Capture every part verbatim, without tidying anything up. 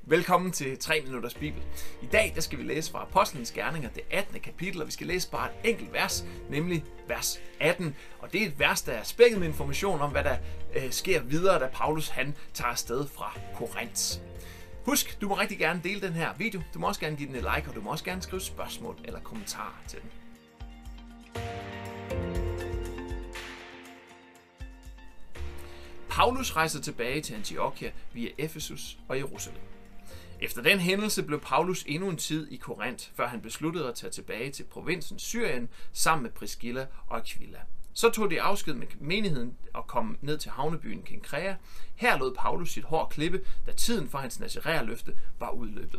Velkommen til tre minutters Bibel. I dag der skal vi læse fra Apostlenes Gerninger, det attende kapitel, og vi skal læse bare et enkelt vers, nemlig vers atten. Og det er et vers, der er spækket med information om, hvad der øh, sker videre, da Paulus han tager afsted fra Korinth. Husk, du må rigtig gerne dele den her video, du må også gerne give den et like, og du må også gerne skrive spørgsmål eller kommentarer til den. Paulus rejser tilbage til Antiochia via Efesus og Jerusalem. Efter den hændelse blev Paulus endnu en tid i Korinth, før han besluttede at tage tilbage til provinsen Syrien sammen med Priscilla og Aquila. Så tog de afsked med menigheden og kom ned til havnebyen Kenkrea. Her lod Paulus sit hår klippe, da tiden for hans nazaræerløfte var udløbet.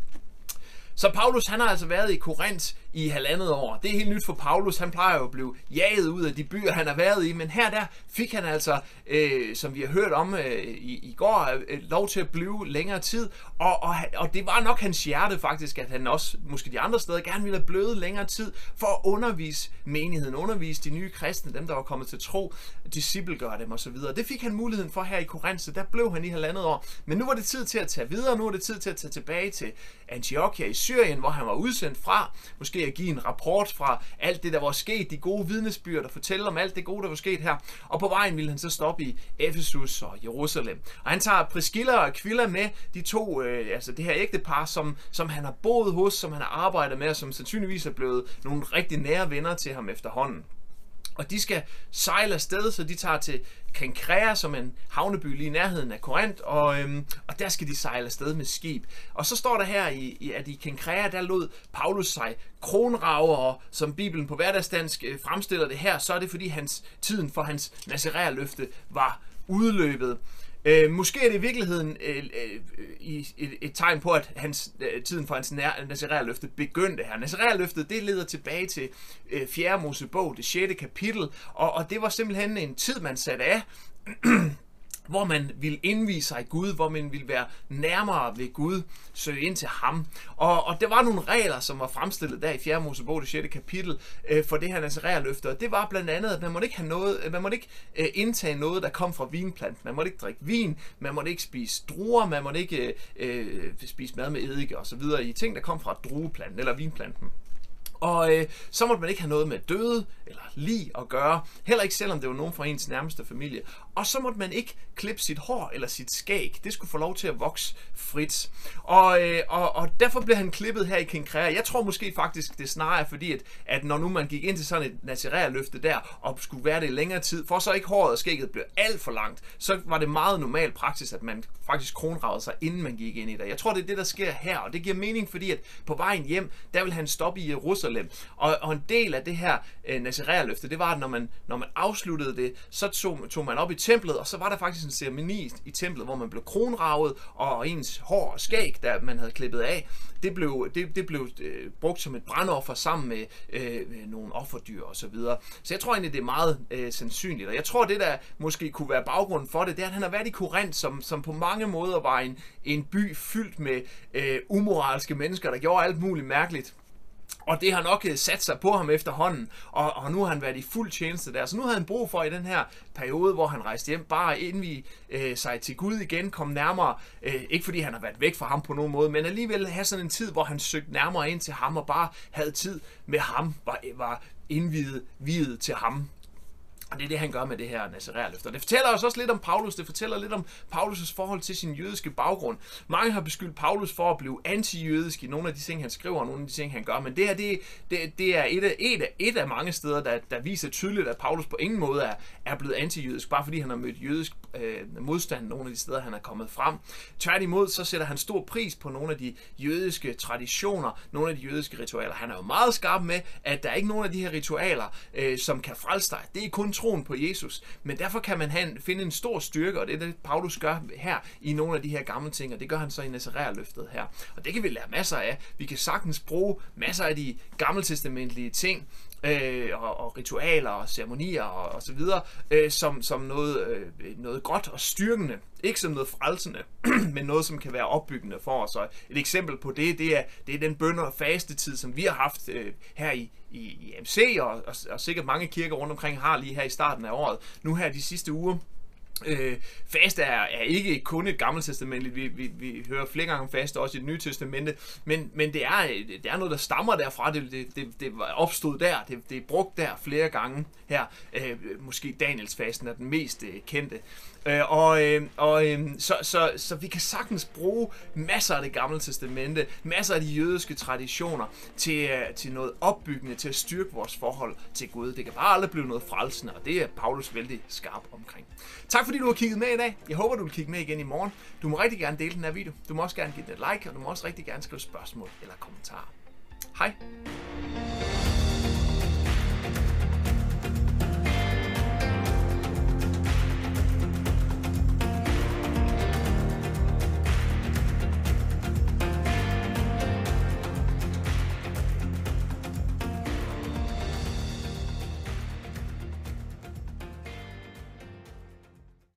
Så Paulus han har altså været i Korinth i halvandet år. Det er helt nyt for Paulus. Han plejer jo at blive jaget ud af de byer, han har været i. Men her der fik han altså, øh, som vi har hørt om øh, i, i går, øh, lov til at blive længere tid. Og, og, og det var nok hans hjerte faktisk, at han også, måske de andre steder, gerne ville have blevet længere tid for at undervise menigheden, undervise de nye kristne, dem der var kommet til tro, disciplegøre dem osv. Det fik han muligheden for her i Korinth, så der blev han i halvandet år. Men nu var det tid til at tage videre, nu var det tid til at tage tilbage til Antiochia i Syrien, hvor han var udsendt fra, måske at give en rapport fra alt det, der var sket, de gode vidnesbyrd, og fortælle om alt det gode, der var sket her. Og på vejen ville han så stoppe i Efesus og Jerusalem. Og han tager Priscilla og Aquila med, de to, øh, altså det her ægtepar, som, som han har boet hos, som han har arbejdet med, og som sandsynligvis er blevet nogle rigtig nære venner til ham efterhånden. Og de skal sejle afsted, så de tager til Kenkrea, som er en havneby lige i nærheden af Korinth, og, øhm, og der skal de sejle afsted med skib. Og så står der her, i, at i Kenkrea, der lod Paulus sig kronrage, og som Bibelen på hverdagsdansk øh, fremstiller det her, så er det fordi hans, tiden for hans nazaræerløfte var udløbet. Øh, måske er det i virkeligheden øh, øh, et, et tegn på, at hans, øh, tiden for hans nazaræerløfte begyndte her. Nazaræerløftet, det leder tilbage til øh, fjerde Mosebog, det sjette kapitel, og, og det var simpelthen en tid, man satte af, hvor man ville indvie sig i Gud, hvor man ville være nærmere ved Gud, søge ind til ham. Og, og der var nogle regler, som var fremstillet der i fjerde Mosebog, det sjette kapitel, øh, for det her nazaræerløfte. Og det var blandt andet, at man måtte ikke have noget, man måtte ikke øh, indtage noget, der kom fra vinplanten. Man måtte ikke drikke vin, man måtte ikke spise druer, man måtte ikke øh, spise mad med eddike og så videre i ting, der kom fra drueplanten eller vinplanten. Og øh, så måtte man ikke have noget med døde eller lig at gøre, heller ikke selvom det var nogen fra ens nærmeste familie. Og så måtte man ikke klippe sit hår eller sit skæg. Det skulle få lov til at vokse frit. Og, øh, og, og derfor blev han klippet her i Kenkrea. Jeg tror måske faktisk, det snarere er fordi, at, at når nu man gik ind til sådan et nazaræerløfte der, og skulle være det i længere tid, for så ikke håret og skægget blev alt for langt, så var det meget normal praksis, at man faktisk kronragede sig, inden man gik ind i det. Jeg tror, det er det, der sker her, og det giver mening, fordi at på vejen hjem, der vil han stoppe i Jerusalem. Og, og en del af det her øh, nazaræerløfte, det var, at når man, når man afsluttede det, så tog, tog man op i templet, og så var der faktisk en ceremoni i templet, hvor man blev kronraget, og ens hår og skæg, der man havde klippet af, det blev, det, det blev øh, brugt som et brandoffer sammen med øh, nogle offerdyr og så videre. Så jeg tror egentlig, det er meget øh, sandsynligt, og jeg tror, det der måske kunne være baggrunden for det, det er, at han har været i Korinth, som, som på mange måder var en, en by fyldt med øh, umoralske mennesker, der gjorde alt muligt mærkeligt. Og det har nok sat sig på ham efterhånden, og, og nu har han været i fuld tjeneste der. Så nu havde han brug for i den her periode, hvor han rejste hjem, bare indvie øh, sig til Gud igen, kom nærmere, øh, ikke fordi han har været væk fra ham på nogen måde, men alligevel have sådan en tid, hvor han søgte nærmere ind til ham, og bare havde tid med ham, var, var indviet viet til ham. Og det er det, han gør med det her nazaræerløfte. Det fortæller os også lidt om Paulus. Det fortæller lidt om Paulus' forhold til sin jødiske baggrund. Mange har beskyldt Paulus for at blive anti-jødisk i nogle af de ting, han skriver, og nogle af de ting, han gør. Men det her, det, det, det er et af, et, af, et af mange steder, der, der viser tydeligt, at Paulus på ingen måde er, er blevet anti-jødisk, bare fordi han har mødt jødisk øh, modstand nogle af de steder, han er kommet frem. Tværtimod, så sætter han stor pris på nogle af de jødiske traditioner, nogle af de jødiske ritualer. Han er jo meget skarp med, at der er ikke nogen af de her ritualer, øh, som kan frelse dig. Det er kun troen på Jesus, men derfor kan man have, finde en stor styrke, og det er det, Paulus gør her i nogle af de her gamle ting, og det gør han så i nazaræerløftet her. Og det kan vi lære masser af. Vi kan sagtens bruge masser af de gammeltestamentlige ting, øh, og, og ritualer og ceremonier og, og så videre, øh, som, som noget, øh, noget godt og styrkende. Ikke som noget frelsende, men noget, som kan være opbyggende for os. Og et eksempel på det, det er, det er den bøn- og fastetid, som vi har haft øh, her i, i, i M C, og, og, og sikkert mange kirker rundt omkring har lige her i starten af året. Nu her de sidste uger, Øh, faste er, er ikke kun et gammeltestamentligt, vi, vi, vi hører flere gange om faste også i det nye testamente, men, men det, er, det er noget, der stammer derfra, det, det, det, det opstod der, det, det er brugt der flere gange her, øh, måske Daniels fasten er den mest øh, kendte, øh, og, øh, og øh, så, så, så vi kan sagtens bruge masser af det gamle testamente, masser af de jødiske traditioner til, øh, til noget opbyggende, til at styrke vores forhold til Gud. Det kan bare aldrig blive noget frelsende, og det er Paulus vældig skarp omkring. Tak fordi du har kigget med i dag. Jeg håber, du vil kigge med igen i morgen. Du må rigtig gerne dele den her video. Du må også gerne give den et like, og du må også rigtig gerne skrive spørgsmål eller kommentarer. Hej!